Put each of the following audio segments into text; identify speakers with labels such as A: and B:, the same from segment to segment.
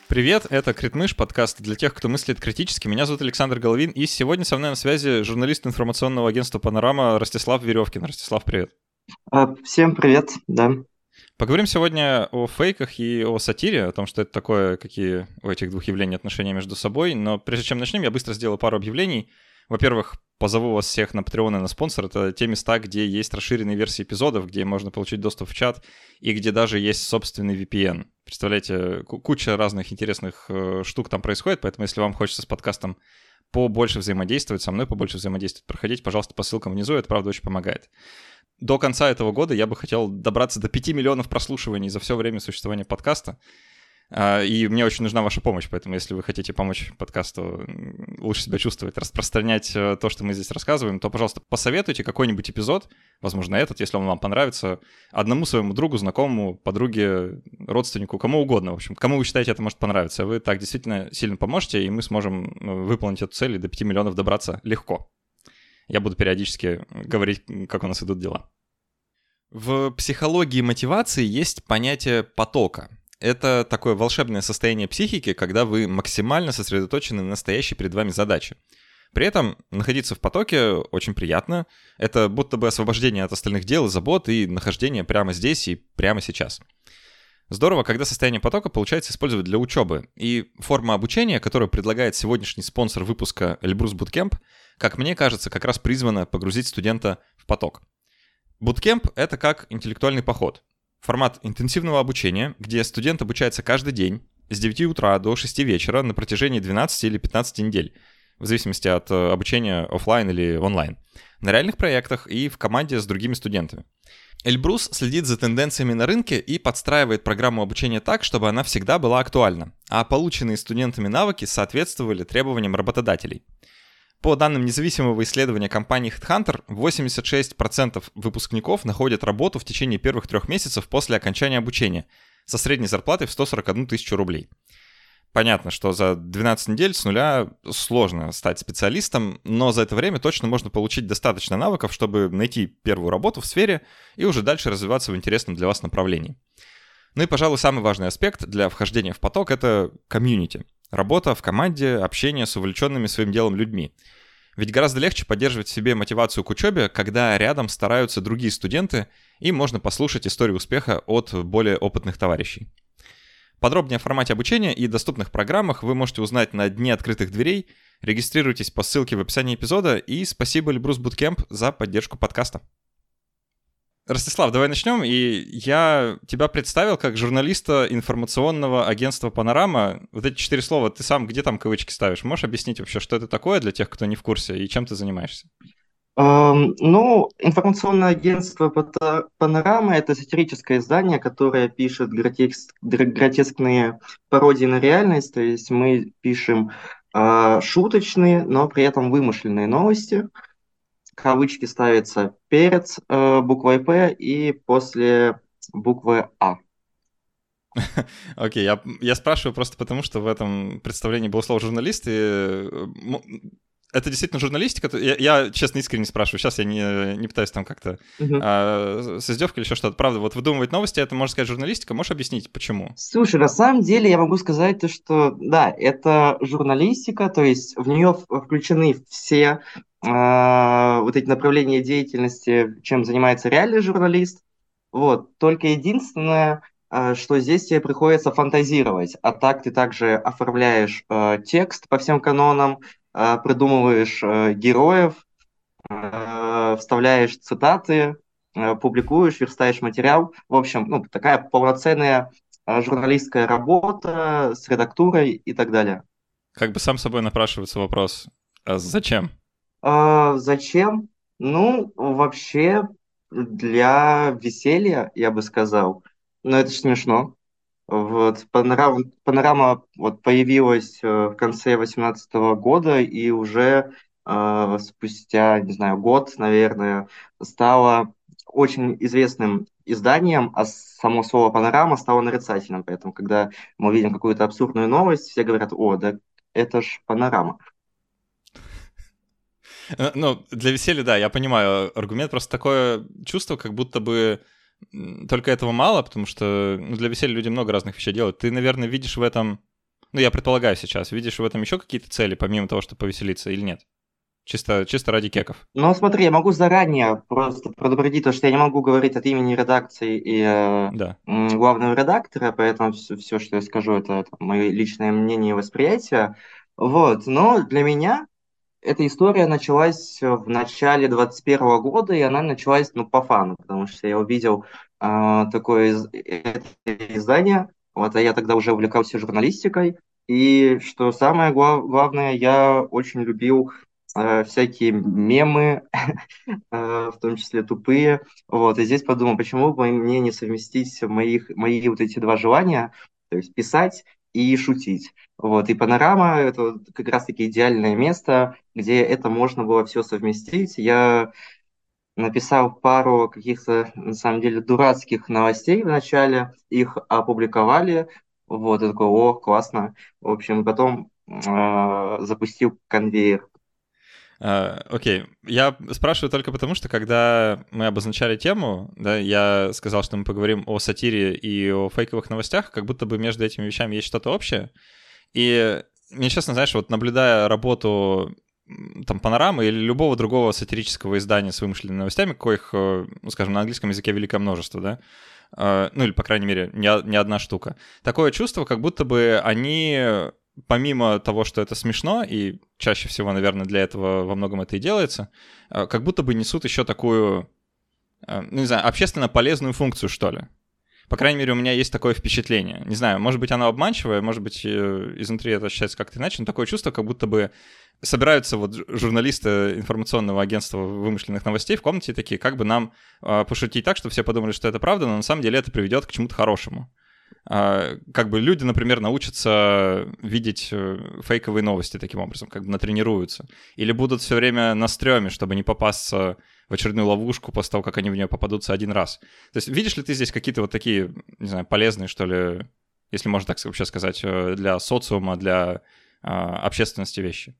A: Привет, это Критмыш, подкаст для тех, кто мыслит критически. Меня зовут Александр Головин, и сегодня со мной на связи журналист информационного агентства «Панорама» Ростислав Веревкин. Ростислав, привет.
B: Всем привет, да.
A: Поговорим сегодня о фейках и о сатире, о том, что это такое, какие у этих двух явлений отношения между собой. Но прежде чем начнем, я быстро сделаю пару объявлений. Во-первых, позову вас всех на Patreon и на спонсор. Это те места, где есть расширенные версии эпизодов, где можно получить доступ в чат и где даже есть собственный VPN. Представляете, куча разных интересных штук там происходит, поэтому если вам хочется с подкастом побольше взаимодействовать, со мной побольше взаимодействовать, проходите, пожалуйста, по ссылкам внизу, это правда очень помогает. До конца этого года я бы хотел добраться до 5 миллионов прослушиваний за все время существования подкаста. И мне очень нужна ваша помощь, поэтому если вы хотите помочь подкасту лучше себя чувствовать, распространять то, что мы здесь рассказываем, то, пожалуйста, посоветуйте какой-нибудь эпизод, возможно, этот, если он вам понравится, одному своему другу, знакомому, подруге, родственнику, кому угодно, в общем, кому вы считаете, это может понравиться. Вы так действительно сильно поможете, и мы сможем выполнить эту цель и до 5 миллионов добраться легко. Я буду периодически говорить, как у нас идут дела. В психологии мотивации есть понятие потока. Это такое волшебное состояние психики, когда вы максимально сосредоточены на настоящей перед вами задаче. При этом находиться в потоке очень приятно. Это будто бы освобождение от остальных дел и забот и нахождение прямо здесь и прямо сейчас. Здорово, когда состояние потока получается использовать для учебы. И форма обучения, которую предлагает сегодняшний спонсор выпуска Эльбрус Bootcamp, как мне кажется, как раз призвана погрузить студента в поток. Bootcamp — это как интеллектуальный поход. Формат интенсивного обучения, где студент обучается каждый день с 9 утра до 6 вечера на протяжении 12 или 15 недель, в зависимости от обучения офлайн или онлайн, на реальных проектах и в команде с другими студентами. Эльбрус следит за тенденциями на рынке и подстраивает программу обучения так, чтобы она всегда была актуальна, а полученные студентами навыки соответствовали требованиям работодателей. По данным независимого исследования компании HeadHunter, 86% выпускников находят работу в течение первых 3 месяцев после окончания обучения со средней зарплатой в 141 тысячу рублей. Понятно, что за 12 недель с нуля сложно стать специалистом, но за это время точно можно получить достаточно навыков, чтобы найти первую работу в сфере и уже дальше развиваться в интересном для вас направлении. Ну и, пожалуй, самый важный аспект для вхождения в поток — это комьюнити. Работа в команде, общение с увлеченными своим делом людьми. Ведь гораздо легче поддерживать в себе мотивацию к учебе, когда рядом стараются другие студенты, и можно послушать историю успеха от более опытных товарищей. Подробнее о формате обучения и доступных программах вы можете узнать на дне открытых дверей. Регистрируйтесь по ссылке в описании эпизода, и спасибо Эльбрус Bootcamp за поддержку подкаста. Ростислав, давай начнем. И я тебя представил как журналиста информационного агентства «Панорама». Вот эти 4 слова, ты сам где там кавычки ставишь? Можешь объяснить вообще, что это такое для тех, кто не в курсе, и чем ты занимаешься?
B: Информационное агентство «Панорама» — это сатирическое издание, которое пишет гротескные пародии на реальность. То есть мы пишем шуточные, но при этом вымышленные новости. Кавычки ставятся перед буквой «П» и после буквы «А».
A: Окей, я спрашиваю просто потому, что в этом представлении было слово «журналист», и это действительно журналистика? Я честно, искренне спрашиваю. Сейчас я не пытаюсь там как-то с издевкой или еще что-то. Правда, вот выдумывать новости — это, можно сказать, журналистика. Можешь объяснить, почему?
B: Слушай, на самом деле я могу сказать то, что да, это журналистика, то есть в нее включены все вот эти направления деятельности, чем занимается реальный журналист. Вот. Только единственное, что здесь тебе приходится фантазировать. А так ты также оформляешь текст по всем канонам, придумываешь героев, вставляешь цитаты, публикуешь, верстаешь материал. В общем, ну, такая полноценная журналистская работа с редактурой и так далее.
A: Как бы сам собой напрашивается вопрос, а зачем?
B: Зачем? Ну, вообще для веселья, я бы сказал. Но это же смешно. Вот, панорама вот, появилась в конце 2018 года и уже спустя, не знаю, год, наверное, стала очень известным изданием, а само слово «панорама» стало нарицательным. Поэтому, когда мы видим какую-то абсурдную новость, все говорят: «О, да это ж панорама».
A: Ну, для веселья, да, я понимаю аргумент. Просто такое чувство, как будто бы только этого мало, потому что для веселья люди много разных вещей делают. Ты, наверное, видишь в этом Ну, я предполагаю сейчас. Видишь в этом еще какие-то цели, помимо того, чтобы повеселиться, или нет? Чисто ради кеков.
B: Но смотри, я могу заранее просто предупредить то, что я не могу говорить от имени редакции и
A: Да.
B: главного редактора, поэтому все, что я скажу, это мое личное мнение и восприятие. Вот. Но для меня эта история началась в начале 21 года, и она началась, ну, по фану, потому что я увидел такое это издание, вот, а я тогда уже увлекался журналистикой, и что самое главное, я очень любил всякие мемы, в том числе тупые, вот, и здесь подумал, почему бы мне не совместить мои вот эти два желания, то есть писать и шутить. Вот, и панорама — это вот как раз-таки идеальное место, где это можно было все совместить. Я написал пару каких-то, на самом деле, дурацких новостей в начале, их опубликовали, вот, и такой, о, классно. В общем, потом запустил конвейер.
A: Окей, я спрашиваю только потому, что когда мы обозначали тему, да, я сказал, что мы поговорим о сатире и о фейковых новостях, как будто бы между этими вещами есть что-то общее. И мне, честно, знаешь, вот наблюдая работу там Панорамы или любого другого сатирического издания с вымышленными новостями, коих, ну, скажем, на английском языке великое множество, да, ну или, по крайней мере, не одна штука. Такое чувство, как будто бы они, помимо того, что это смешно, и чаще всего, наверное, для этого во многом это и делается, как будто бы несут еще такую, ну не знаю, общественно полезную функцию, что ли. По крайней мере, у меня есть такое впечатление. Не знаю, может быть, оно обманчивое, может быть, изнутри это ощущается как-то иначе, но такое чувство, как будто бы собираются вот журналисты информационного агентства вымышленных новостей в комнате и такие, как бы нам пошутить так, чтобы все подумали, что это правда, но на самом деле это приведет к чему-то хорошему. Как бы люди, например, научатся видеть фейковые новости таким образом, как бы натренируются. Или будут все время на стреме, чтобы не попасться в очередную ловушку после того, как они в нее попадутся один раз. То есть видишь ли ты здесь какие-то вот такие, не знаю, полезные, что ли, если можно так вообще сказать, для социума, для общественности вещи?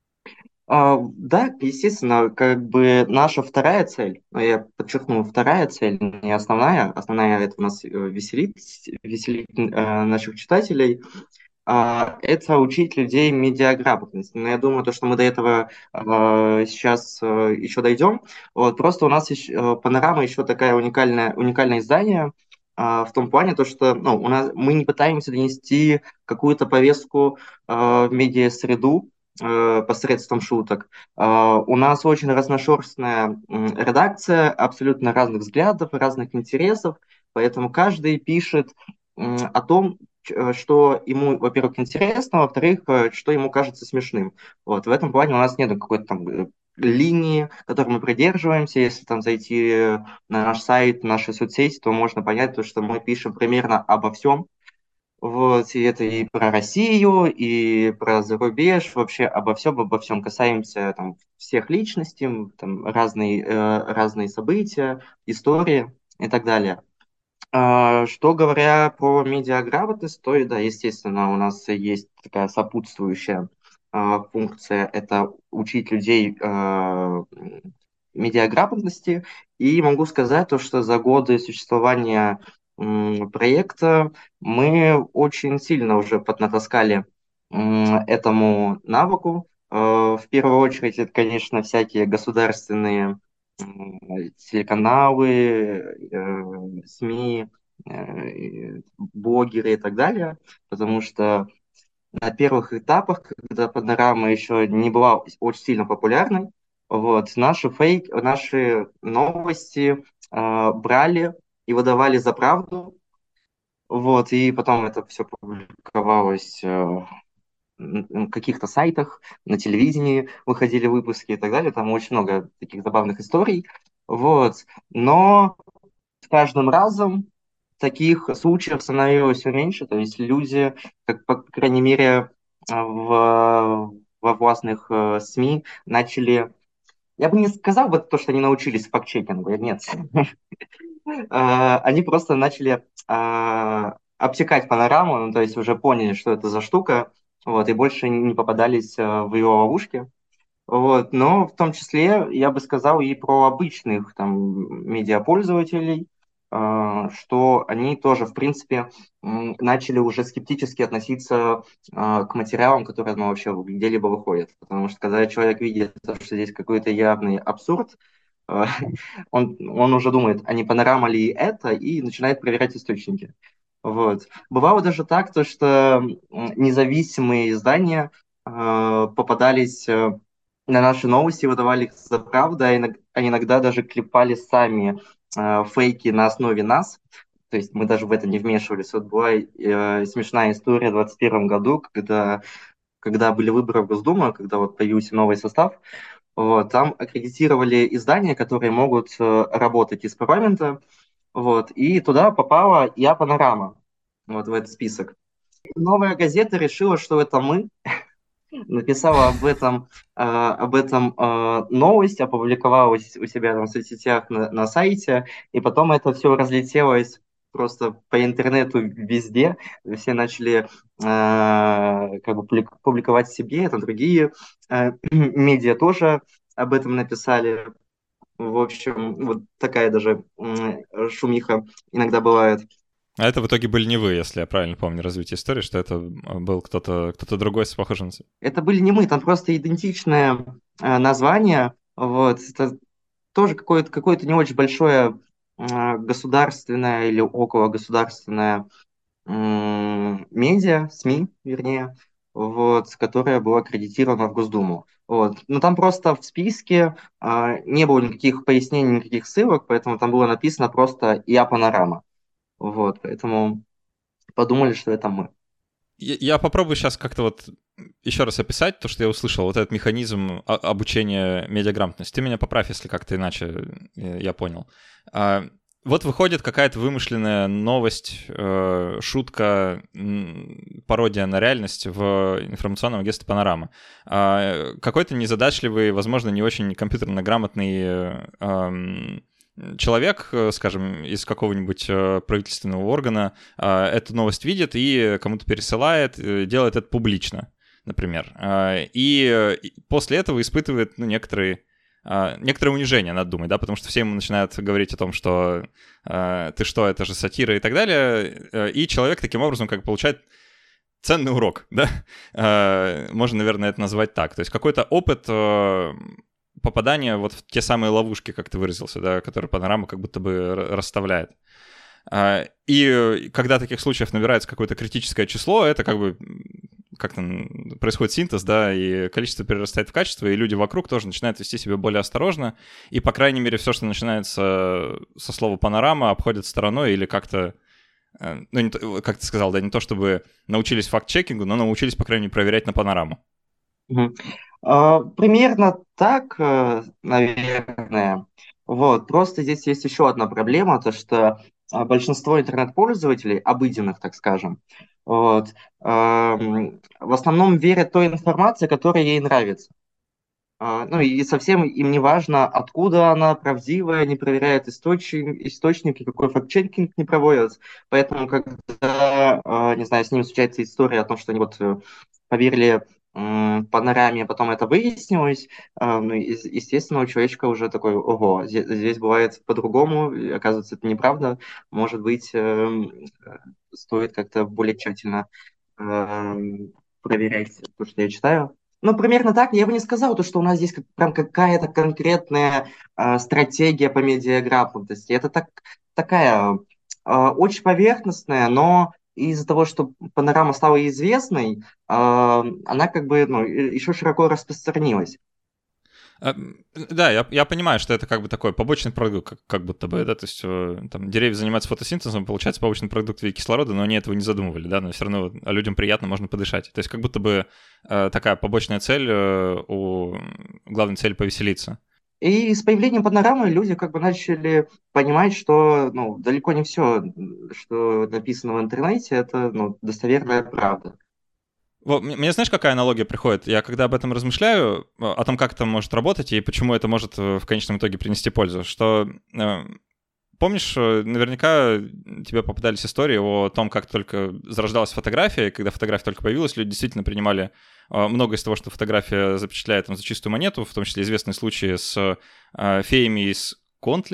B: Да, естественно, как бы наша вторая цель, но я подчеркну, вторая цель, не основная, основная — это у нас веселить наших читателей, это учить людей медиаграмотности. Но я думаю, то, что мы до этого сейчас еще дойдем. Вот, просто у нас Панорама еще такая уникальное издание, в том плане, то, что ну, мы не пытаемся донести какую-то повестку в медиа-среду посредством шуток. У нас очень разношерстная редакция, абсолютно разных взглядов, разных интересов, поэтому каждый пишет о том, что ему, во-первых, интересно, во-вторых, что ему кажется смешным. Вот, в этом плане у нас нет какой-то там линии, которой мы придерживаемся. Если там зайти на наш сайт, наши соцсети, то можно понять, то, что мы пишем примерно обо всем. Вот, и это и про Россию, и про зарубеж, вообще обо всем касаемся там, всех личностей, там, разные события, истории и так далее. Что говоря про медиаграмотность, то, да, естественно, у нас есть такая сопутствующая функция — это учить людей медиаграмотности. И могу сказать то, что за годы существования проекта мы очень сильно уже поднатаскали этому навыку. В первую очередь, это, конечно, всякие государственные телеканалы, СМИ, блогеры и так далее, потому что на первых этапах, когда панорама еще не была очень сильно популярной, вот, наши новости брали и выдавали за правду, вот, и потом это все публиковалось на каких-то сайтах, на телевидении выходили выпуски и так далее, там очень много таких забавных историй, вот, но с каждым разом таких случаев становилось все меньше, то есть люди, как, по крайней мере, во властных СМИ начали, я бы не сказал бы то, что они научились факт-чекингу, нет, они просто начали обтекать панораму, ну, то есть уже поняли, что это за штука, вот, и больше не попадались в ее ловушки. Вот, но в том числе я бы сказал и про обычных там медиапользователей, что они тоже, в принципе, начали уже скептически относиться к материалам, которые ну, вообще где-либо выходят. Потому что когда человек видит, что здесь какой-то явный абсурд, э, он уже думает, а не панорама ли это, и начинает проверять источники. Вот. Бывало даже так, то, что независимые издания попадались на наши новости, выдавали их за правду, а иногда даже клепали сами фейки на основе нас. То есть мы даже в это не вмешивались. Вот была смешная история в 2021 году, когда были выборы в Госдуму, когда вот появился новый состав, вот, там аккредитировали издания, которые могут работать из парламента, вот, и туда попала «Я Панорама», вот в этот список. Новая газета решила, что это мы, написала об этом новость, опубликовалась у себя там в соцсетях на сайте, и потом это все разлетелось просто по интернету везде. Все начали как бы публиковать себе, это другие медиа тоже об этом написали. В общем, вот такая даже шумиха иногда бывает.
A: А это в итоге были не вы, если я правильно помню развитие истории, что это был кто-то другой с похожим...
B: Это были не мы, там просто идентичное название. Вот. Это тоже какое-то не очень большое государственное или около государственное медиа, СМИ, вернее, вот, которое было аккредитировано в Госдуму. Вот. Но там просто в списке не было никаких пояснений, никаких ссылок, поэтому там было написано просто «Я Панорама». Вот, поэтому подумали, что это мы.
A: Я попробую сейчас как-то вот еще раз описать то, что я услышал, вот этот механизм обучения медиаграмотности. Ты меня поправь, если как-то иначе я понял. Вот выходит какая-то вымышленная новость, шутка, пародия на реальность в информационном агентстве «Панорама». Какой-то незадачливый, возможно, не очень компьютерно грамотный человек, скажем, из какого-нибудь правительственного органа эту новость видит и кому-то пересылает, делает это публично, например. И после этого испытывает некоторое унижение, надо думать, да, потому что все ему начинают говорить о том, что ты что, это же сатира и так далее, и человек таким образом как бы получает ценный урок, да, можно, наверное, это назвать так, то есть какой-то опыт попадания вот в те самые ловушки, как ты выразился, да, которые Панорама как будто бы расставляет. И когда таких случаев набирается какое-то критическое число, это как бы как-то происходит синтез, да, и количество перерастает в качество, и люди вокруг тоже начинают вести себя более осторожно, и, по крайней мере, все, что начинается со слова «панорама», обходят стороной или как-то, ну, не, как ты сказал, да, не то чтобы научились факт-чекингу, но научились, по крайней мере, проверять на «Панораму».
B: Примерно так, наверное. Вот. Просто здесь есть еще одна проблема, то что большинство интернет-пользователей, обыденных, так скажем, вот, в основном верят той информации, которая ей нравится. Ну и совсем им не важно, откуда она, правдивая, не проверяют источники, какой факт-чекинг не проводят. Поэтому, когда, не знаю, с ними случается история о том, что они вот поверили Панораме, а потом это выяснилось, ну, естественно, у человечка уже такой, ого, здесь бывает по-другому, и, оказывается, это неправда, может быть, стоит как-то более тщательно проверять то, что я читаю. Ну, примерно так. Я бы не сказал, то, что у нас здесь прям какая-то конкретная стратегия по медиаграмотности. Это такая очень поверхностная, но из-за того, что Панорама стала известной, она как бы ну, еще широко распространилась.
A: Да, я понимаю, что это как бы такой побочный продукт, как будто бы, да, то есть там деревья занимаются фотосинтезом, получается побочный продукт в виде кислорода, но они этого не задумывали, да, но все равно людям приятно, можно подышать. То есть как будто бы такая побочная цель у главной цели повеселиться.
B: И с появлением панорамы люди как бы начали понимать, что ну, далеко не все, что написано в интернете, это ну, достоверная правда.
A: Вот, мне знаешь, какая аналогия приходит? Я когда об этом размышляю, о том, как это может работать и почему это может в конечном итоге принести пользу, что помнишь, наверняка тебе попадались истории о том, как только зарождалась фотография, и когда фотография только появилась, люди действительно принимали много из того, что фотография запечатляет там, за чистую монету, в том числе известные случаи с феями из Контли,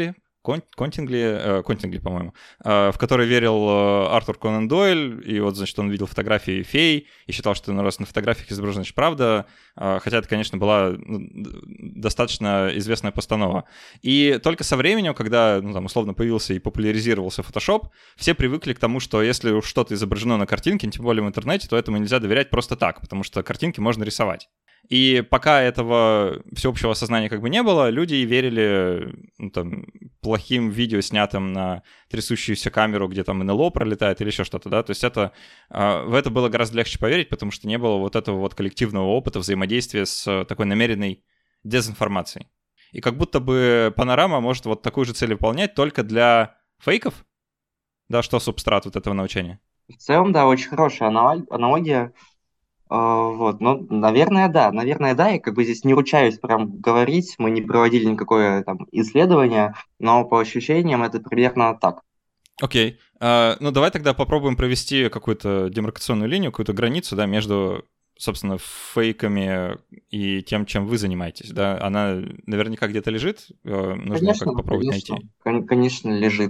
A: Контингли, по-моему, в который верил Артур Конан Дойль, и вот, значит, он видел фотографии фей и считал, что, ну, раз на фотографиях изображена, значит, правда, хотя это, конечно, была достаточно известная постанова. И только со временем, когда, ну, там, условно появился и популяризировался Photoshop, все привыкли к тому, что если уж что-то изображено на картинке, тем более в интернете, то этому нельзя доверять просто так, потому что картинки можно рисовать. И пока этого всеобщего осознания как бы не было, люди верили, ну, там, плохим видео, снятым на трясущуюся камеру, где там НЛО пролетает или еще что-то, да, то есть в это было гораздо легче поверить, потому что не было вот этого вот коллективного опыта взаимодействия с такой намеренной дезинформацией. И как будто бы Панорама может вот такую же цель выполнять только для фейков, да, что субстрат вот этого научения.
B: В целом, да, очень хорошая аналогия. Вот, ну, наверное, да. Наверное, да. Я как бы здесь не ручаюсь прям говорить. Мы не проводили никакое там исследование, но по ощущениям это примерно так.
A: Окей. Ну, давай тогда попробуем провести какую-то демаркационную линию, какую-то границу, да, между, собственно, фейками и тем, чем вы занимаетесь, да. Она наверняка где-то лежит, нужно ее
B: Конечно,
A: как-то попробовать
B: конечно,
A: найти.
B: конечно, лежит.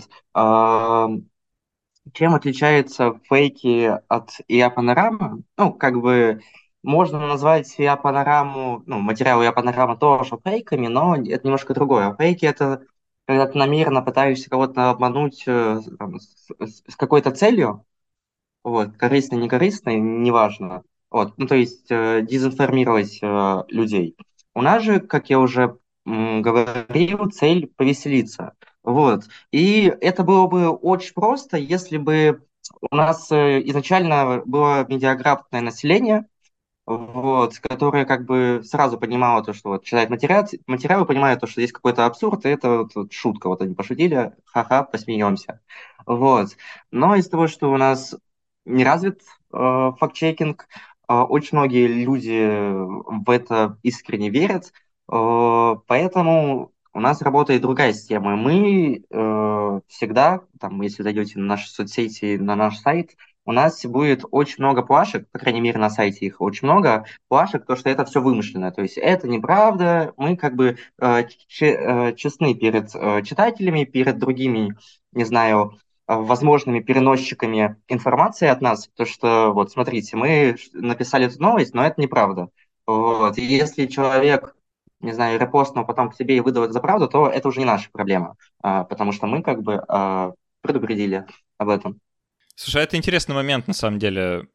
B: Чем отличаются фейки от IA-панорамы? Ну, как бы можно назвать IA-панораму, ну, материал IA-панорама тоже фейками, но это немножко другое. Фейки — это когда ты намеренно пытаешься кого-то обмануть там, с какой-то целью, вот, корыстной, некорыстной, неважно. Вот, ну, то есть дезинформировать людей. У нас же, как я уже говорил, цель повеселиться. Вот. И это было бы очень просто, если бы у нас изначально было медиаграмотное население, вот, которое как бы сразу понимало то, что вот читает материалы, понимает то, что здесь какой-то абсурд, и это вот шутка, вот они пошутили, ха-ха, посмеемся. Вот. Но из того, что у нас не развит факт-чекинг, очень многие люди в это искренне верят, поэтому у нас работает другая система. Мы всегда, там, если зайдете на наши соцсети, на наш сайт, у нас будет очень много плашек, по крайней мере, на сайте их очень много плашек, то, что это все вымышленно. То есть это неправда, мы как бы честны перед читателями, перед другими, не знаю, возможными переносчиками информации от нас, то что, вот, смотрите, мы написали эту новость, но это неправда. Вот. И если человек, не знаю, репостнул потом к себе и выдал это за правду, то это уже не наша проблема, потому что мы как бы предупредили об этом.
A: Слушай, это интересный момент, на самом деле.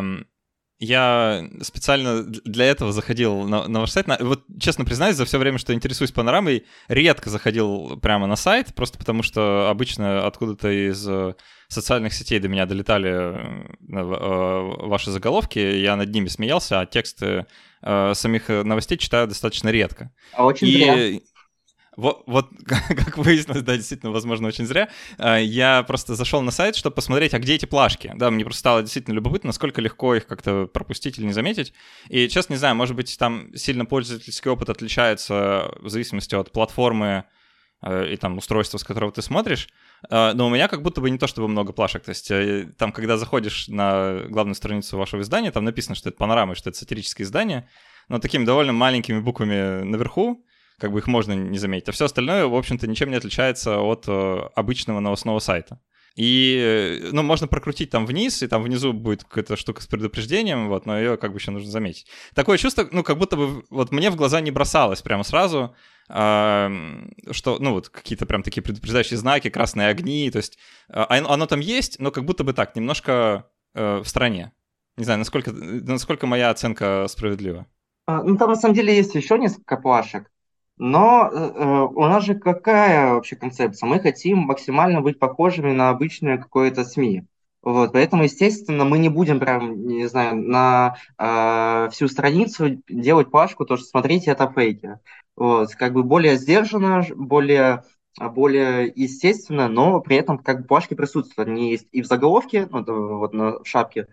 A: Я специально для этого заходил на ваш сайт. Вот, честно признаюсь, за все время, что интересуюсь панорамой, редко заходил прямо на сайт, просто потому что обычно откуда-то из социальных сетей до меня долетали ваши заголовки, я над ними смеялся, а тексты самих новостей читаю достаточно редко.
B: Очень зря.
A: Вот как выяснилось, да, действительно, возможно, очень зря, я просто зашел на сайт, чтобы посмотреть, а где эти плашки. Да, мне просто стало действительно любопытно, насколько легко их как-то пропустить или не заметить. И, честно, не знаю, может быть, там сильно пользовательский опыт отличается в зависимости от платформы и там устройства, с которого ты смотришь, но у меня как будто бы не то чтобы много плашек. То есть там, когда заходишь на главную страницу вашего издания, там написано, что это панорама, что это сатирическое издание, но такими довольно маленькими буквами наверху, как бы их можно не заметить. А все остальное, в общем-то, ничем не отличается от обычного новостного сайта. И, ну, можно прокрутить там вниз, и там внизу будет какая-то штука с предупреждением, вот, но ее как бы еще нужно заметить. Такое чувство, ну, как будто бы вот мне в глаза не бросалось прямо сразу, что, ну, вот какие-то прям такие предупреждающие знаки, красные огни, то есть оно там есть, но как будто бы так, немножко в стороне. Не знаю, насколько моя оценка справедлива.
B: Ну, там на самом деле есть еще несколько плашек, но у нас же какая вообще концепция? Мы хотим максимально быть похожими на обычное какое-то СМИ. Вот, поэтому, естественно, мы не будем прям, не знаю, на всю страницу делать плашку, то, что смотрите, это фейки. Вот, как бы более сдержанно, более естественно, но при этом как бы плашки присутствуют. Они есть и в заголовке, ну, вот на шапке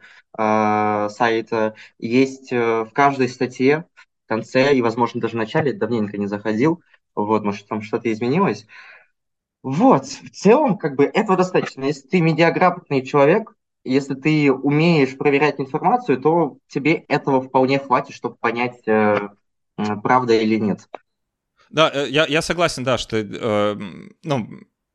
B: сайта, есть в каждой статье, в конце и, возможно, даже в начале, давненько не заходил, вот, может, там что-то изменилось. Вот, в целом, как бы этого достаточно. Если ты медиаграмотный человек, если ты умеешь проверять информацию, то тебе этого вполне хватит, чтобы понять, правда или нет.
A: Да, я согласен, да, что, ну,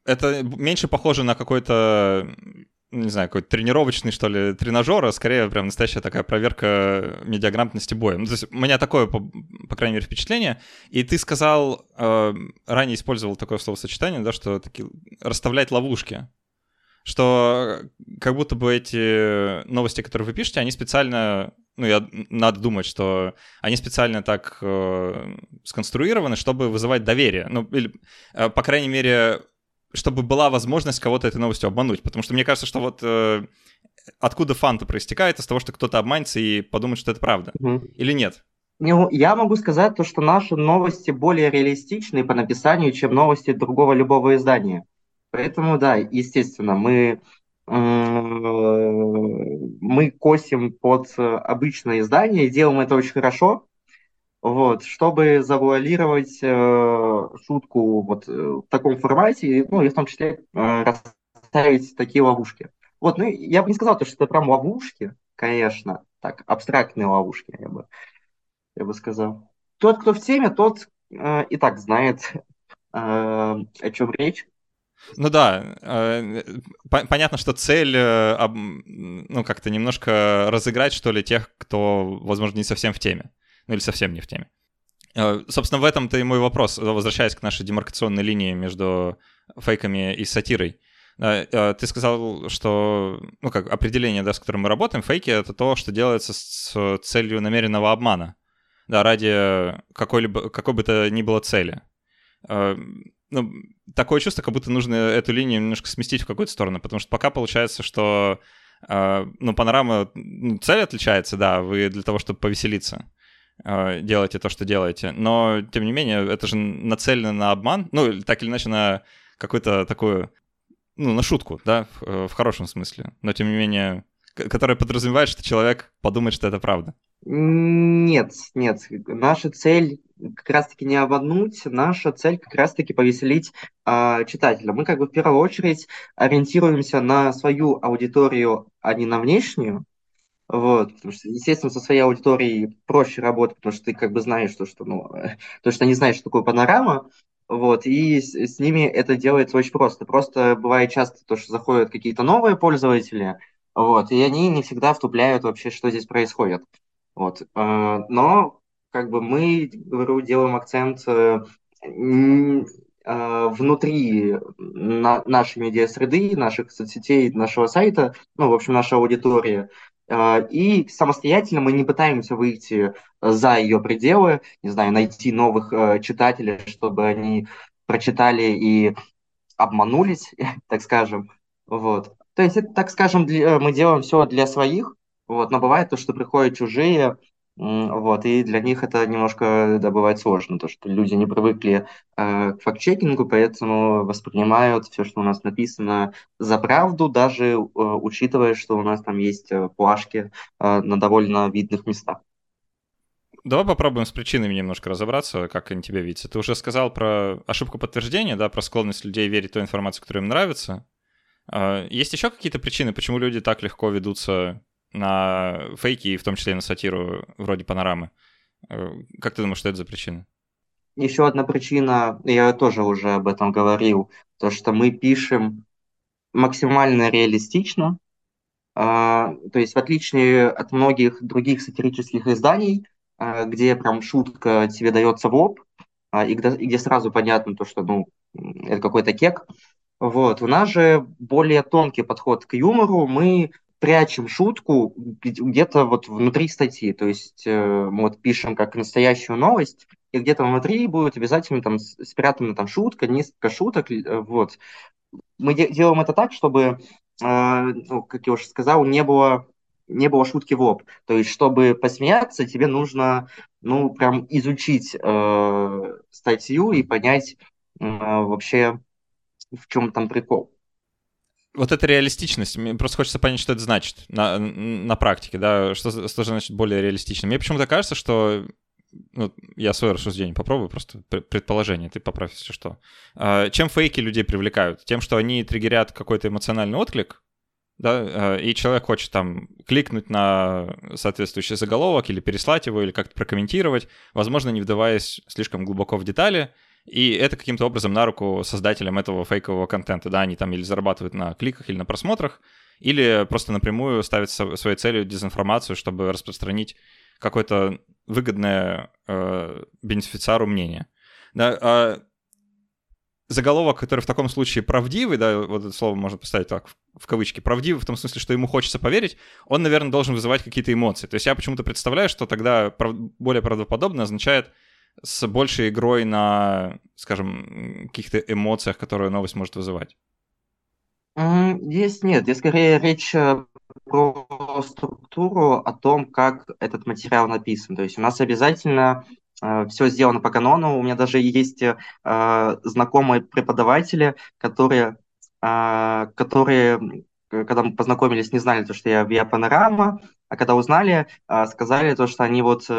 A: это меньше похоже на какой-то, не знаю, какой-то тренировочный, что ли, тренажер, а скорее прям настоящая такая проверка медиаграмотности боя. Ну, то есть у меня такое, по крайней мере, впечатление. И ты сказал, ранее использовал такое словосочетание, да, что такие, расставлять ловушки. Что как будто бы эти новости, которые вы пишете, они специально, надо думать, что они специально так сконструированы, чтобы вызывать доверие. Ну, или, по крайней мере, чтобы была возможность кого-то этой новостью обмануть. Потому что мне кажется, что вот откуда фан-то проистекает, из того, что кто-то обманется и подумает, что это правда. Или нет?
B: Ну, я могу сказать то, что наши новости более реалистичны по написанию, чем новости другого любого издания. Поэтому, да, естественно, мы косим под обычное издание и делаем это очень хорошо, вот, чтобы завуалировать шутку вот в таком формате, ну и в том числе расставить такие ловушки. Вот, ну, я бы не сказал, что это прям ловушки, конечно, так, абстрактные ловушки, я бы сказал. Тот, кто в теме, тот и так знает, о чем речь.
A: Ну да, понятно, что цель, ну, как-то немножко разыграть, что ли, тех, кто, возможно, не совсем в теме. Ну, или совсем не в теме. Собственно, в этом-то и мой вопрос, возвращаясь к нашей демаркационной линии между фейками и сатирой. Ты сказал, что, ну, как определение, да, с которым мы работаем, фейки — это то, что делается с целью намеренного обмана, да, ради какой бы то ни было цели. Ну, такое чувство, как будто нужно эту линию немножко сместить в какую-то сторону, потому что пока получается, что, ну, панорама, цель отличается, да, вы для того, чтобы повеселиться, делаете то, что делаете, но, тем не менее, это же нацелено на обман, ну, так или иначе, на какую-то такую, ну, на шутку, да, в хорошем смысле, но, тем не менее, которая подразумевает, что человек подумает, что это правда.
B: Нет, нет. Наша цель как раз-таки не обмануть, наша цель как раз-таки повеселить читателя. Мы как бы в первую очередь ориентируемся на свою аудиторию, а не на внешнюю. Вот, потому что, естественно, со своей аудиторией проще работать, потому что ты как бы знаешь то, что они знают, что такое панорама, вот, и с ними это делается очень просто. Просто бывает часто то, что заходят какие-то новые пользователи, вот, и они не всегда втупляют вообще, что здесь происходит. Вот, но как бы мы, говорю, делаем акцент внутри нашей медиасреды, наших соцсетей, нашего сайта, ну, в общем, нашей аудитории. И самостоятельно мы не пытаемся выйти за ее пределы, не знаю, найти новых читателей, чтобы они прочитали и обманулись, так скажем. Вот. То есть это, так скажем, мы делаем все для своих, вот, но бывает то, что приходят чужие, вот, и для них это немножко, да, бывает сложно, то, что люди не привыкли к факт-чекингу, поэтому воспринимают все, что у нас написано, за правду, даже учитывая, что у нас там есть плашки на довольно видных местах.
A: Давай попробуем с причинами немножко разобраться, как они тебе видятся. Ты уже сказал про ошибку подтверждения, да, про склонность людей верить той информации, которая им нравится. Есть еще какие-то причины, почему люди так легко ведутся на фейки, и в том числе и на сатиру вроде панорамы? Как ты думаешь, что это за причина?
B: Еще одна причина, я тоже уже об этом говорил, то, что мы пишем максимально реалистично. То есть в отличие от многих других сатирических изданий, где прям шутка тебе дается в лоб, и где сразу понятно то, что ну, это какой-то кек, вот. У нас же более тонкий подход к юмору. Мы прячем шутку где-то вот внутри статьи. То есть мы вот пишем как настоящую новость, и где-то внутри будет обязательно там спрятана там шутка, несколько шуток. Вот. Мы делаем это так, чтобы, ну, как я уже сказал, не было шутки в лоб. То есть, чтобы посмеяться, тебе нужно, ну, прям изучить статью и понять вообще, в чем там прикол.
A: Вот эта реалистичность, мне просто хочется понять, что это значит на практике, да, что значит более реалистично. Мне почему-то кажется, что, ну, я свое рассуждение попробую, просто предположение, ты поправь, если что. Чем фейки людей привлекают? Тем, что они триггерят какой-то эмоциональный отклик, да, и человек хочет там кликнуть на соответствующий заголовок или переслать его, или как-то прокомментировать, возможно, не вдаваясь слишком глубоко в детали, и это каким-то образом на руку создателям этого фейкового контента, да, они там или зарабатывают на кликах, или на просмотрах, или просто напрямую ставят своей целью дезинформацию, чтобы распространить какое-то выгодное бенефициару мнение. Да, заголовок, который в таком случае правдивый, да, вот это слово можно поставить так, в кавычки, правдивый в том смысле, что ему хочется поверить, он, наверное, должен вызывать какие-то эмоции. То есть я почему-то представляю, что тогда более правдоподобно означает с большей игрой на, скажем, каких-то эмоциях, которые новость может вызывать.
B: Здесь нет, здесь скорее речь про структуру, о том, как этот материал написан. То есть у нас обязательно все сделано по канону. У меня даже есть знакомые преподаватели, которые, когда мы познакомились, не знали то, что я Виа Панорама, а когда узнали, сказали то, что они вот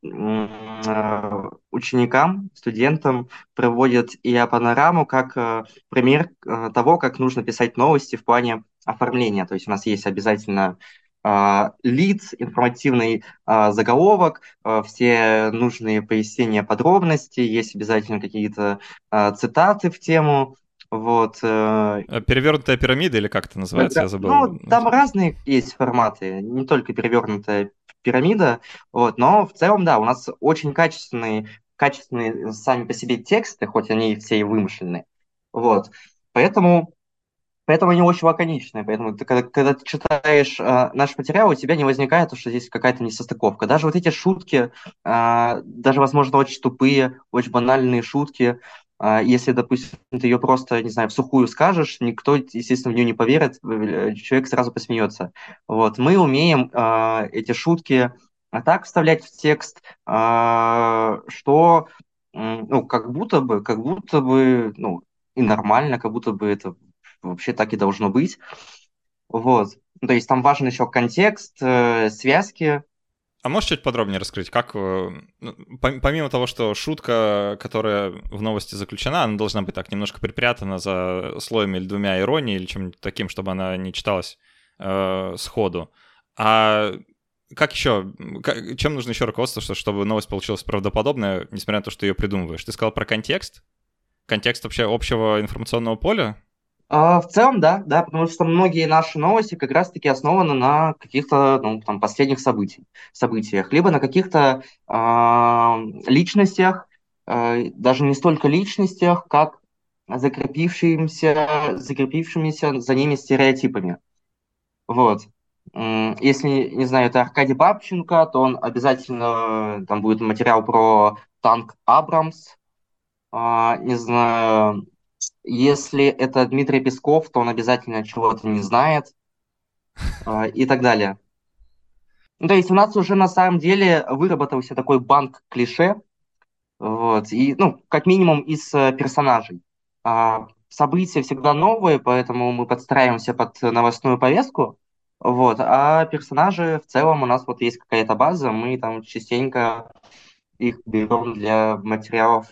B: ученикам, студентам проводят ИА Панораму как пример того, как нужно писать новости в плане оформления. То есть у нас есть обязательно лид, информативный заголовок, все нужные пояснения подробностей, есть обязательно какие-то цитаты в тему. Вот.
A: Перевернутая пирамида или как это называется, я забыл.
B: Ну, там разные есть форматы, не только перевернутая пирамида, вот, но в целом, да, у нас очень качественные сами по себе тексты, хоть они все и вымышленные, вот, поэтому они очень лаконичные, поэтому когда ты читаешь наш материал, у тебя не возникает то, что здесь какая-то несостыковка. Даже вот эти шутки, даже, возможно, очень тупые, очень банальные шутки, если, допустим, ты ее просто, не знаю, в сухую скажешь, никто, естественно, в нее не поверит, человек сразу посмеется. Вот. Мы умеем эти шутки так вставлять в текст, что ну, как будто бы, ну, и нормально, как будто бы это вообще так и должно быть. Вот. Ну, то есть там важен еще контекст, связки.
A: А можешь чуть подробнее раскрыть, как, помимо того, что шутка, которая в новости заключена, она должна быть так немножко припрятана за слоем или двумя иронии или чем-нибудь таким, чтобы она не читалась сходу. А как еще, чем нужно еще руководствоваться, чтобы новость получилась правдоподобная, несмотря на то, что ты ее придумываешь? Ты сказал про контекст? Контекст вообще общего информационного поля?
B: В целом, да, да, потому что многие наши новости как раз-таки основаны на каких-то, ну, там, последних событиях, либо на каких-то личностях, даже не столько личностях, как закрепившимися за ними стереотипами. Вот. Если, не знаю, это Аркадий Бабченко, то он обязательно, там будет материал про танк Абрамс. Не знаю, если это Дмитрий Песков, то он обязательно чего-то не знает, и так далее. Ну, то есть у нас уже на самом деле выработался такой банк клише, вот, и, ну, как минимум из персонажей. События всегда новые, поэтому мы подстраиваемся под новостную повестку, вот, а персонажи в целом у нас вот есть какая-то база, мы там частенько их берем для материалов,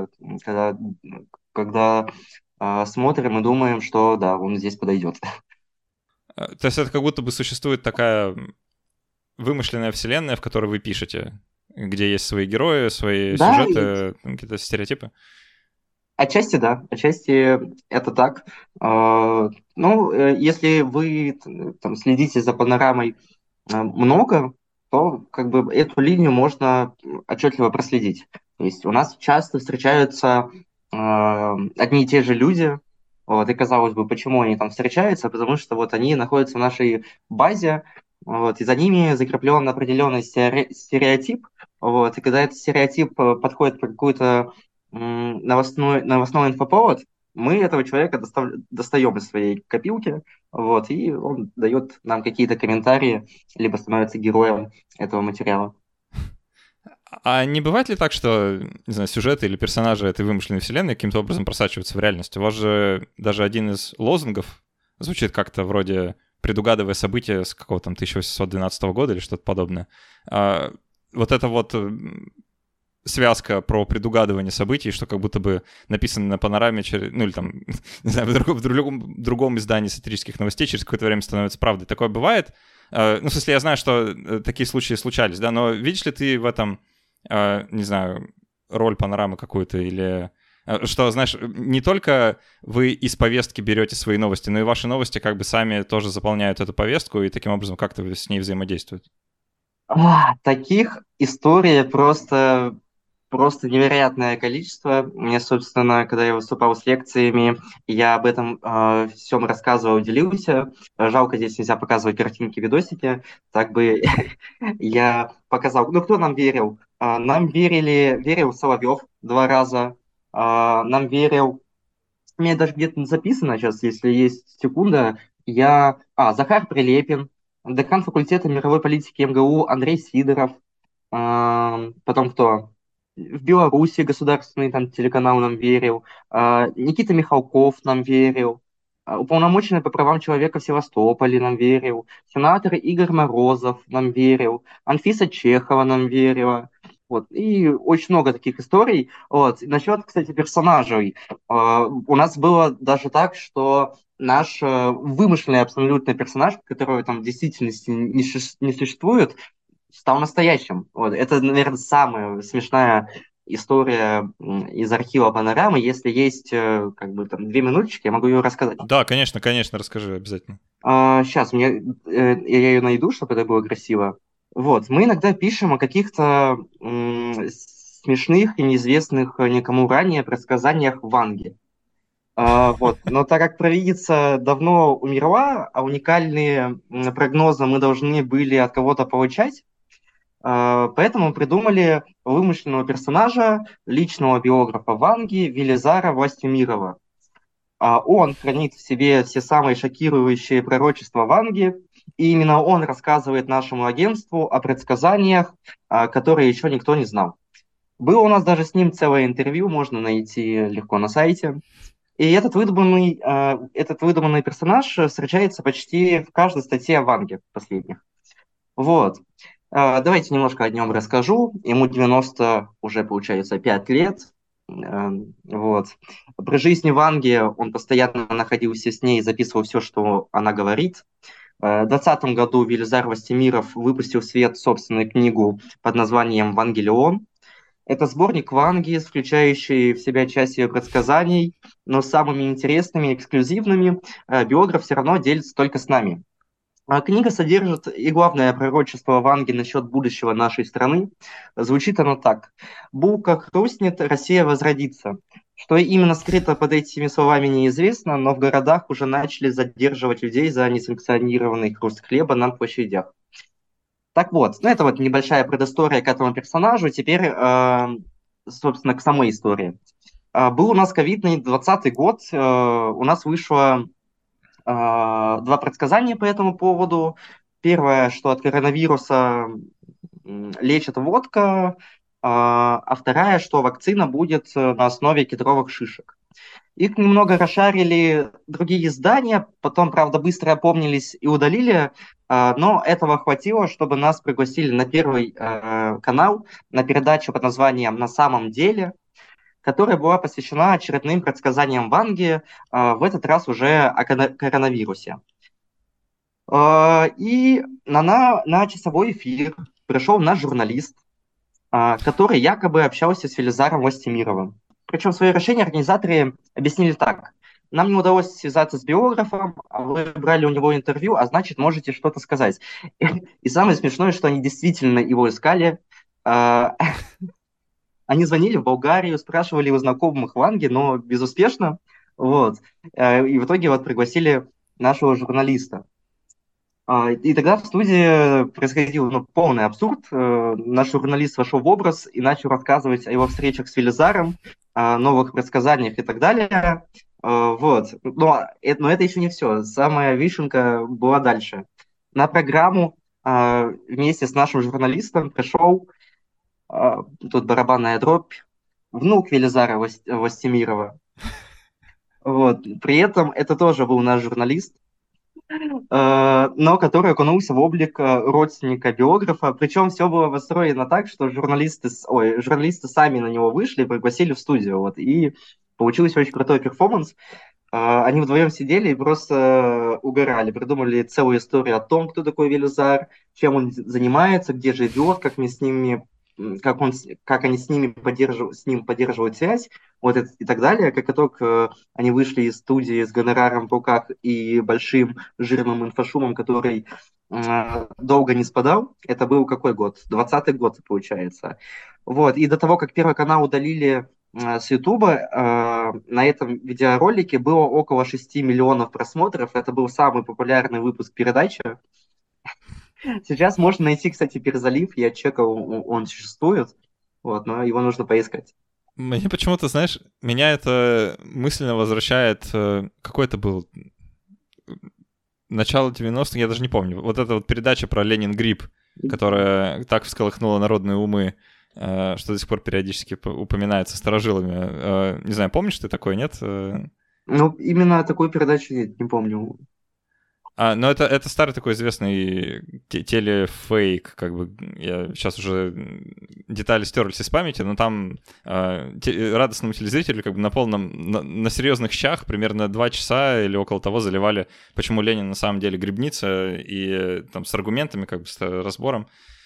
B: когда смотрим и думаем, что да, он здесь подойдет.
A: То есть это как будто бы существует такая вымышленная вселенная, в которой вы пишете, где есть свои герои, свои
B: Да,
A: сюжеты, какие-то стереотипы?
B: отчасти да, отчасти это так. Ну, если вы там следите за панорамой много, то как бы эту линию можно отчетливо проследить. То есть у нас часто встречаются одни и те же люди, вот, и казалось бы, почему они там встречаются? Потому что вот они находятся в нашей базе, вот, и за ними закреплен определенный стереотип, вот, и когда этот стереотип подходит под какую-то новостной инфоповод, мы этого человека достаем из своей копилки, вот, и он дает нам какие-то комментарии, либо становится героем этого материала.
A: А не бывает ли так, что, не знаю, сюжеты или персонажи этой вымышленной вселенной каким-то образом просачиваются в реальность? У вас же даже один из лозунгов звучит как-то вроде «предугадывая события с какого-то там 1812 года» или что-то подобное. Вот это вот связка про предугадывание событий, что как будто бы написано на панораме, ну или там, не знаю, в другом издании сатирических новостей через какое-то время становится правдой. Такое бывает? Ну, в смысле, я знаю, что такие случаи случались, да, но видишь ли ты в этом, не знаю, роль панорамы какую-то или Что, знаешь, не только вы из повестки берете свои новости, но и ваши новости как бы сами тоже заполняют эту повестку, и таким образом как-то с ней взаимодействуют.
B: Таких историй просто невероятное количество. Мне, собственно, когда я выступал с лекциями, я об этом всем рассказывал, делился. Жалко, здесь нельзя показывать картинки, видосики. Так бы я показал. Ну, кто нам верил? Нам верил Соловьев 2 раза. Нам верил... У меня даже где-то записано сейчас, если есть секунда. Захар Прилепин, декан факультета мировой политики МГУ Андрей Сидоров. Потом кто? В Беларуси государственный там телеканал нам верил. Никита Михалков нам верил. Уполномоченный по правам человека в Севастополе нам верил. Сенатор Игорь Морозов нам верил. Анфиса Чехова нам верила. Вот. И очень много таких историй. Вот. Насчет, кстати, персонажей. У нас было даже так, что наш вымышленный абсолютно персонаж, которого там в действительности не существует, стал настоящим. Вот. Это, наверное, самая смешная история из архива Панорамы. Если есть как бы там 2 минуточки, я могу ее рассказать.
A: Да, конечно, конечно, расскажи обязательно.
B: Сейчас я ее найду, чтобы это было красиво. Вот, мы иногда пишем о каких-то смешных и неизвестных никому ранее предсказаниях Ванги. Вот. Но так как провидица давно умерла, а уникальные прогнозы мы должны были от кого-то получать, поэтому придумали вымышленного персонажа, личного биографа Ванги, Велизара Властимирова. Он хранит в себе все самые шокирующие пророчества Ванги, и именно он рассказывает нашему агентству о предсказаниях, которые еще никто не знал. Было у нас даже с ним целое интервью, можно найти легко на сайте. И этот выдуманный персонаж встречается почти в каждой статье о Ванге последних. Вот. Давайте немножко о нем расскажу. Ему 90 уже, получается, 5 лет. Вот. При жизни Ванги он постоянно находился с ней и записывал все, что она говорит. В 2020 году Велизар Властимиров выпустил в свет собственную книгу под названием «Вангелион». Это сборник Ванги, включающий в себя часть ее предсказаний, но самыми интересными и эксклюзивными биограф все равно делится только с нами. Книга содержит и главное пророчество Ванги насчет будущего нашей страны. Звучит оно так. «Булка хрустнет, Россия возродится». Что именно скрыто под этими словами неизвестно, но в городах уже начали задерживать людей за несанкционированный хруст хлеба на площадях. Так вот, это вот небольшая предыстория к этому персонажу. Теперь, собственно, к самой истории. Был у нас ковидный 2020 год, у нас вышло 2 предсказания по этому поводу. Первое, что от коронавируса лечит водка, а вторая, что вакцина будет на основе кедровых шишек. Их немного расшарили другие издания, потом, правда, быстро опомнились и удалили, но этого хватило, чтобы нас пригласили на Первый канал на передачу под названием «На самом деле», которая была посвящена очередным предсказаниям Ванги, в этот раз уже о коронавирусе. И на часовой эфир пришел наш журналист, который якобы общался с Велизаром Властимировым. Причем свое решение организаторы объяснили так. Нам не удалось связаться с биографом, а вы брали у него интервью, а значит, можете что-то сказать. И самое смешное, что они действительно его искали. Они звонили в Болгарию, спрашивали у знакомых Ванги, но безуспешно. Вот. И в итоге вот пригласили нашего журналиста. И тогда в студии происходил полный абсурд. Наш журналист вошел в образ и начал рассказывать о его встречах с Велизаром, о новых предсказаниях и так далее. Вот. Но это еще не все. Самая вишенка была дальше. На программу вместе с нашим журналистом пришел, тут барабанная дробь, внук Велизара Властимирова. Вот. При этом это тоже был наш журналист, но который окунулся в облик родственника биографа. Причем все было построено так, что журналисты сами на него вышли и пригласили в студию. Вот, и получился очень крутой перформанс. Они вдвоем сидели и просто угорали, придумали целую историю о том, кто такой Велизар, чем он занимается, где живет, как мы с ними как они с ним поддерживают связь, вот и так далее. Как итог, они вышли из студии с гонораром в руках и большим жирным инфошумом, который долго не спадал. Это был какой год? 20-й год, получается. Вот. И до того, как Первый канал удалили с Ютуба, на этом видеоролике было около 6 миллионов просмотров. Это был самый популярный выпуск передачи. Сейчас можно найти, кстати, Перезалив. Я чекал, он существует. Вот, но его нужно поискать.
A: Мне почему-то, знаешь, меня это мысленно возвращает... Какой это был? Начало 90-х, я даже не помню. Вот эта вот передача про Ленин Грипп, которая так всколыхнула народные умы, что до сих пор периодически упоминается старожилами. Не знаю, помнишь ты такое, нет?
B: Ну, именно такую передачу не помню.
A: Но это старый такой известный телефейк, как бы, я сейчас уже детали стерлись из памяти, но там радостному телезрителю как бы на серьезных щах примерно 2 часа или около того заливали, почему Ленин на самом деле грибница, и там с аргументами, как бы с разбором,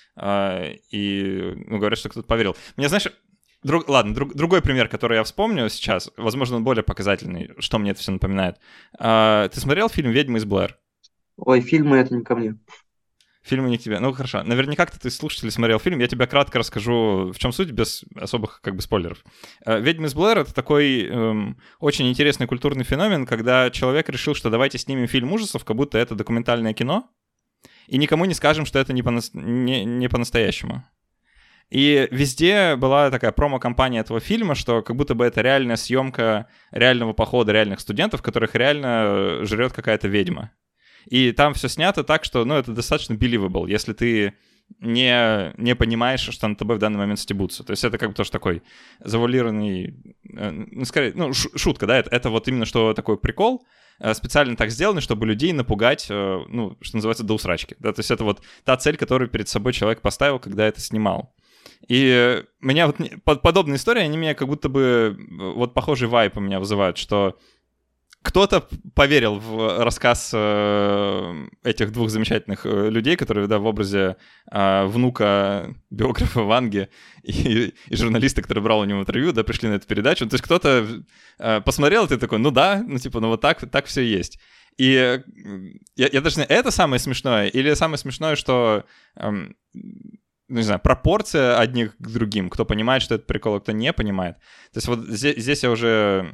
A: и говорят, что кто-то поверил. Мне, знаешь, другой пример, который я вспомню сейчас, возможно, он более показательный, что мне это все напоминает. Ты смотрел фильм «Ведьма из Блэр»?
B: Ой, фильмы это не ко мне.
A: Фильмы не к тебе. Ну, хорошо. Наверняка ты слушатель смотрел фильм. Я тебе кратко расскажу, в чем суть, без особых как бы спойлеров. «Ведьма из Блэр» — это такой очень интересный культурный феномен, когда человек решил, что давайте снимем фильм ужасов, как будто это документальное кино, и никому не скажем, что это не по-настоящему. И везде была такая промо-компания этого фильма, что как будто бы это реальная съемка реального похода реальных студентов, которых реально жрет какая-то ведьма. И там все снято так, что, это достаточно believable, если ты не понимаешь, что над тобой в данный момент стебутся. То есть это как бы тоже такой завуалированный, скорее, шутка, да, это вот именно что такой прикол, специально так сделанный, чтобы людей напугать, что называется, до усрачки. Да? То есть это вот та цель, которую перед собой человек поставил, когда это снимал. И меня вот подобные истории, они меня как будто бы, вот похожий вайб у меня вызывают, что кто-то поверил в рассказ этих двух замечательных людей, которые, да, в образе внука биографа Ванги и журналиста, который брал у него интервью, да, пришли на эту передачу. То есть кто-то посмотрел, и ты такой, вот так все есть. И я даже не знаю, это самое смешное, или самое смешное, что, не знаю, пропорция одних к другим, кто понимает, что это прикол, а кто не понимает. То есть вот здесь я уже...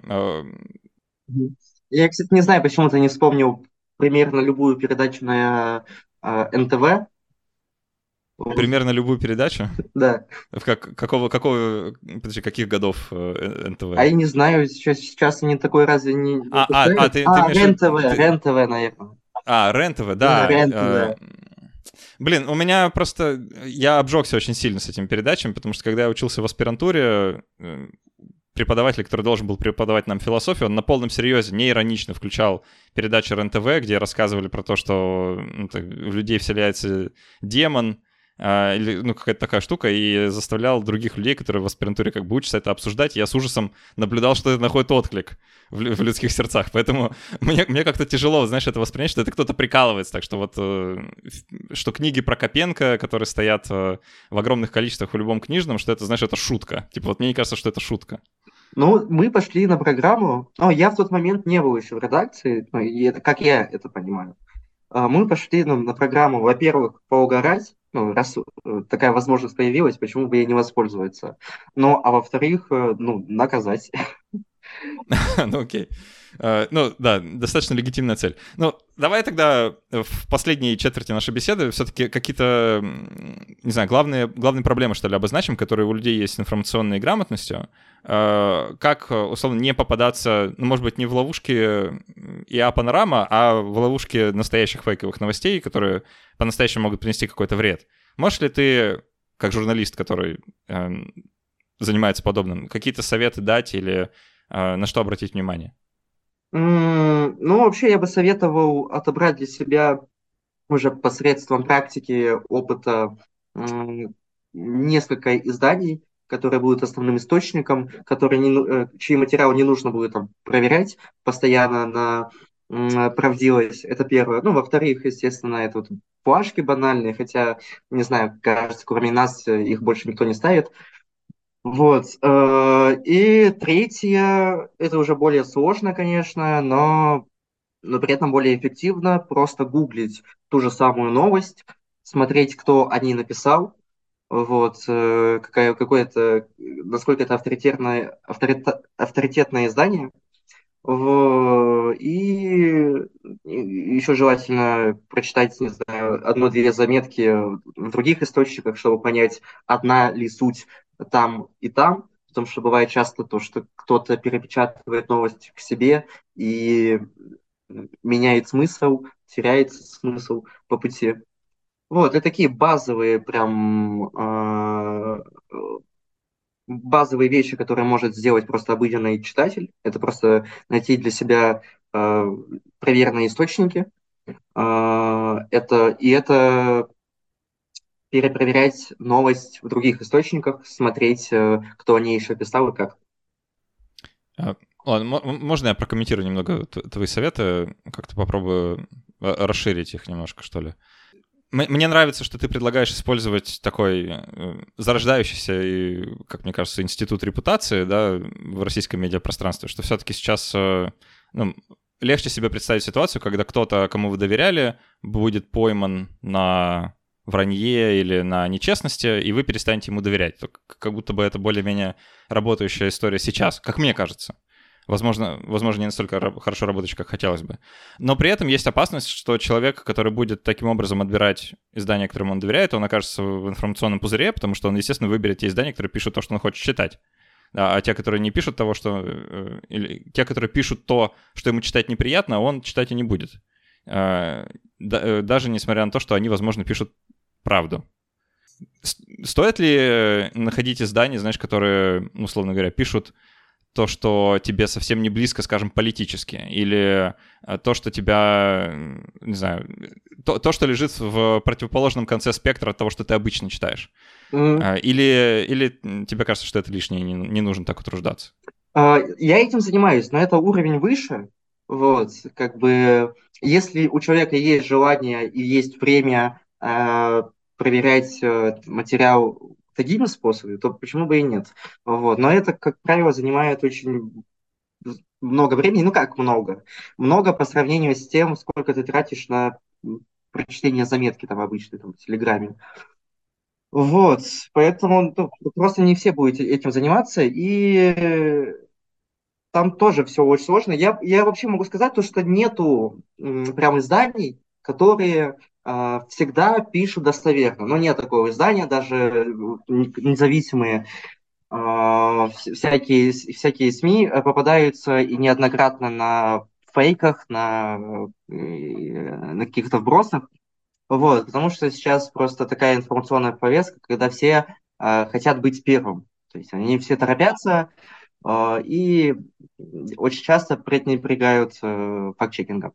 B: Я, кстати, не знаю, почему ты не вспомнил примерно любую передачу на НТВ.
A: Примерно любую передачу?
B: Да.
A: Подожди, каких годов НТВ?
B: А я не знаю, сейчас они такой разве не...
A: Ты имеешь...
B: РЕН-ТВ, наверное.
A: РЕН-ТВ, да.
B: РЕН-ТВ.
A: Блин, у меня просто... Я обжегся очень сильно с этими передачами, потому что когда я учился в аспирантуре, преподаватель, который должен был преподавать нам философию, он на полном серьезе, не иронично включал передачу РЕН-ТВ, где рассказывали про то, что в людей вселяется демон, или какая-то такая штука, и заставлял других людей, которые в аспирантуре как бы учатся, это обсуждать. Я с ужасом наблюдал, что это находит отклик в людских сердцах. Поэтому мне как-то тяжело, знаешь, это воспринять, что это кто-то прикалывается. Так что вот, что книги про Копенко, которые стоят в огромных количествах в любом книжном, что это, знаешь, это шутка. Типа вот мне не кажется, что это шутка.
B: Мы пошли на программу. Я в тот момент не был еще в редакции, и это, как я это понимаю. Мы пошли на программу, во-первых, поугарать, раз такая возможность появилась, почему бы ей не воспользоваться. А во-вторых, наказать.
A: Окей. Да, достаточно легитимная цель. Давай тогда в последней четверти нашей беседы все-таки какие-то, не знаю, главные проблемы, что ли, обозначим, которые у людей есть с информационной грамотностью. Как, условно, не попадаться, может быть, не в ловушки ИА Панорама, а в ловушки настоящих фейковых новостей, которые по-настоящему могут принести какой-то вред. Можешь ли ты, как журналист, который занимается подобным, какие-то советы дать или на что обратить внимание?
B: Вообще я бы советовал отобрать для себя уже посредством практики, опыта несколько изданий, которые будут основным источником, чьи материалы не нужно будет проверять постоянно на правдивость. Это первое. Во-вторых, естественно, это плашки банальные, хотя, не знаю, кажется, кроме нас их больше никто не ставит. Вот. И третье, это уже более сложно, конечно, но при этом более эффективно просто гуглить ту же самую новость, смотреть, кто о ней написал, вот, какое это, насколько это авторитетное издание, и еще желательно прочитать, не знаю, одну-две заметки в других источниках, чтобы понять, одна ли суть там и там, потому что бывает часто то, что кто-то перепечатывает новость к себе и меняет смысл, теряет смысл по пути. Вот, и такие базовые прям базовые вещи, которые может сделать просто обыденный читатель. Это просто найти для себя проверенные источники. Это перепроверять новость в других источниках, смотреть, кто о ней еще писал и как.
A: Ладно, можно я прокомментирую немного твои советы, как-то попробую расширить их немножко, что ли? Мне нравится, что ты предлагаешь использовать такой зарождающийся и, как мне кажется, институт репутации, да, в российском медиапространстве, что все-таки сейчас легче себе представить ситуацию, когда кто-то, кому вы доверяли, будет пойман на вранье или на нечестности, и вы перестанете ему доверять. Как будто бы это более-менее работающая история сейчас, как мне кажется. Возможно, не настолько хорошо работающий, как хотелось бы. Но при этом есть опасность, что человек, который будет таким образом отбирать издания, которым он доверяет, он окажется в информационном пузыре, потому что он, естественно, выберет те издания, которые пишут то, что он хочет читать. А те, которые не пишут того, что... Или те, которые пишут то, что ему читать неприятно, он читать и не будет. Даже несмотря на то, что они, возможно, пишут правду. Стоит ли находить издания, знаешь, которые, условно говоря, пишут то, что тебе совсем не близко, скажем, политически, или то, что тебя, не знаю, то, что лежит в противоположном конце спектра от того, что ты обычно читаешь? Или тебе кажется, что это лишнее, не нужно так утруждаться?
B: Я этим занимаюсь, но это уровень выше. Вот, как бы, если у человека есть желание и есть время проверять материал такими способами, то почему бы и нет? Вот. Но это, как правило, занимает очень много времени. Ну как много? Много по сравнению с тем, сколько ты тратишь на прочтение заметки там обычной, там, в Телеграме. Вот, поэтому просто не все будут этим заниматься, и там тоже все очень сложно. Я вообще могу сказать то, что нету прям изданий, которые всегда пишут достоверно. Но нет такого издания, даже независимые всякие СМИ попадаются и неоднократно на фейках, на каких-то вбросах. Вот, потому что сейчас просто такая информационная повестка, когда все хотят быть первым. То есть они все торопятся, и очень часто пренебрегают факт-чекингом.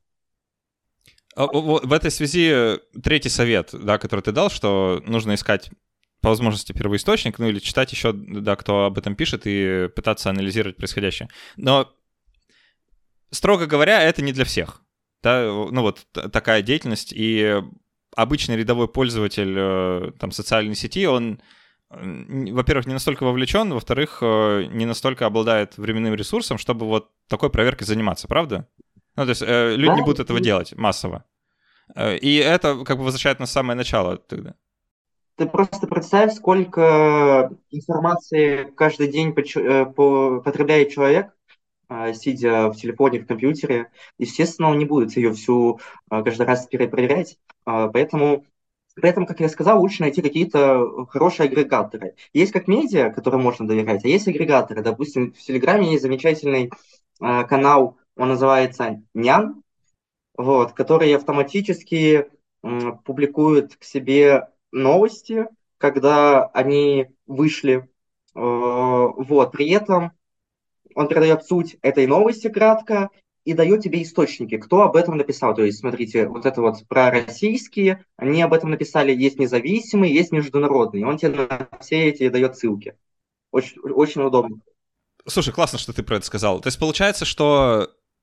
A: В этой связи третий совет, да, который ты дал, что нужно искать по возможности первоисточник, ну или читать еще, да, кто об этом пишет, и пытаться анализировать происходящее. Но, строго говоря, это не для всех. Да? Ну вот такая деятельность, и обычный рядовой пользователь там, социальной сети, он, во-первых, не настолько вовлечен, во-вторых, не настолько обладает временным ресурсом, чтобы вот такой проверкой заниматься, правда? Ну, то есть люди не будут этого делать массово. И это как бы возвращает нас в самое начало тогда.
B: Ты просто представь, сколько информации каждый день потребляет человек, сидя в телефоне, в компьютере. Естественно, он не будет ее всю каждый раз перепроверять. Поэтому, при этом, как я сказал, лучше найти какие-то хорошие агрегаторы. Есть как медиа, которым можно доверять, а есть агрегаторы. Допустим, в Телеграме есть замечательный канал, он называется Нян, вот, который автоматически публикует к себе новости, когда они вышли. Вот, при этом он передает суть этой новости кратко и дает тебе источники, кто об этом написал. То есть, смотрите, вот это вот про российские, они об этом написали, есть независимые, есть международные. Он тебе на все эти дает ссылки. Очень, очень удобно.
A: Слушай, классно, что ты про это сказал. То есть получается, что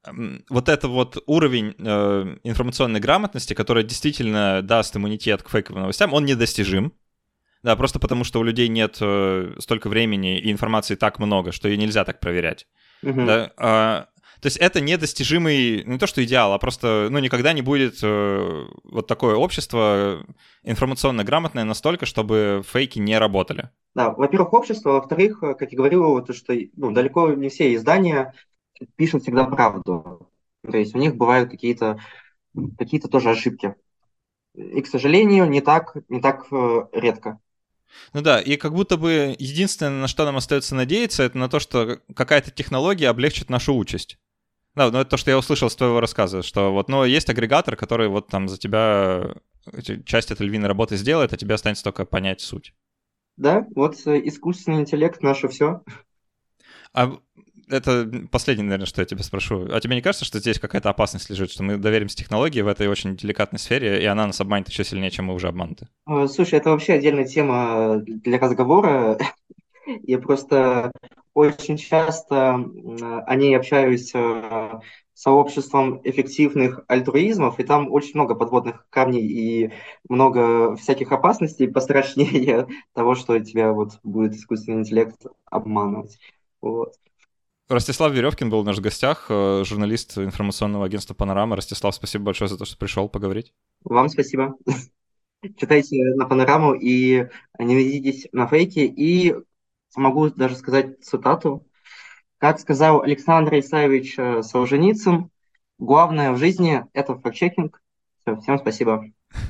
A: вот это вот уровень информационной грамотности, который действительно даст иммунитет к фейковым новостям, он недостижим. Да, просто потому что у людей нет столько времени и информации так много, что ее нельзя так проверять. Да? То есть это недостижимый, не то что идеал, а просто никогда не будет вот такое общество информационно грамотное настолько, чтобы фейки не работали.
B: Да, во-первых, общество, во-вторых, как я говорил, то, что далеко не все издания пишут всегда правду. То есть у них бывают какие-то тоже ошибки. И, к сожалению, не так редко.
A: Ну да, и как будто бы единственное, на что нам остается надеяться, это на то, что какая-то технология облегчит нашу участь. Да, это то, что я услышал с твоего рассказа, что вот, есть агрегатор, который вот там за тебя часть этой львиной работы сделает, а тебе останется только понять суть.
B: Да, вот искусственный интеллект наше все.
A: А это последнее, наверное, что я тебя спрошу. А тебе не кажется, что здесь какая-то опасность лежит, что мы доверимся технологии в этой очень деликатной сфере, и она нас обманет еще сильнее, чем мы уже обмануты?
B: Слушай, это вообще отдельная тема для разговора. Я просто очень часто о ней общаюсь с сообществом эффективных альтруизмов, и там очень много подводных камней и много всяких опасностей пострашнее того, что тебя вот будет искусственный интеллект обманывать. Вот.
A: Ростислав Веревкин был у нас в гостях, журналист информационного агентства «Панорама». Ростислав, спасибо большое за то, что пришел поговорить.
B: Вам спасибо. Читайте на Панораму и не ведитесь на фейки. И могу даже сказать цитату. Как сказал Александр Исаевич Солженицын, главное в жизни – это факт-чекинг. Все, всем спасибо.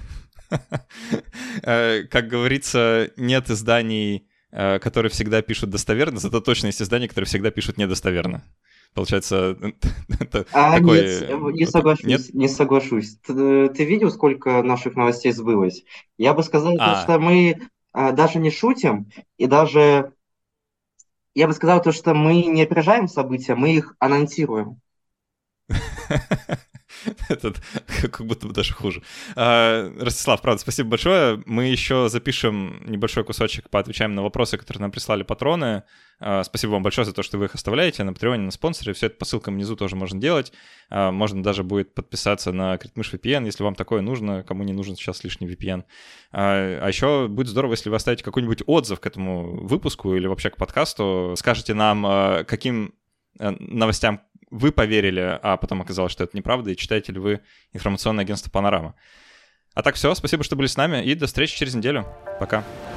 A: Как говорится, нет изданий, которые всегда пишут достоверно, зато точно есть издания, которые всегда пишут недостоверно. Получается, это такой...
B: Нет, не соглашусь, нет? Не соглашусь. Ты видел, сколько наших новостей сбылось? Я бы сказал, что мы даже не шутим, и даже... Я бы сказал, что мы не опережаем события, мы их анонсируем.
A: Это как будто бы даже хуже. Ростислав, правда, спасибо большое. Мы еще запишем небольшой кусочек, поотвечаем на вопросы, которые нам прислали патроны. Спасибо вам большое за то, что вы их оставляете на Патреоне, на спонсоре. Все это по ссылкам внизу тоже можно делать. Можно даже будет подписаться на Критмыш VPN, если вам такое нужно, кому не нужен сейчас лишний VPN. А еще будет здорово, если вы оставите какой-нибудь отзыв к этому выпуску или вообще к подкасту. Скажете нам, каким новостям вы поверили, а потом оказалось, что это неправда, и читаете ли вы информационное агентство «Панорама». А так все, спасибо, что были с нами, и до встречи через неделю. Пока.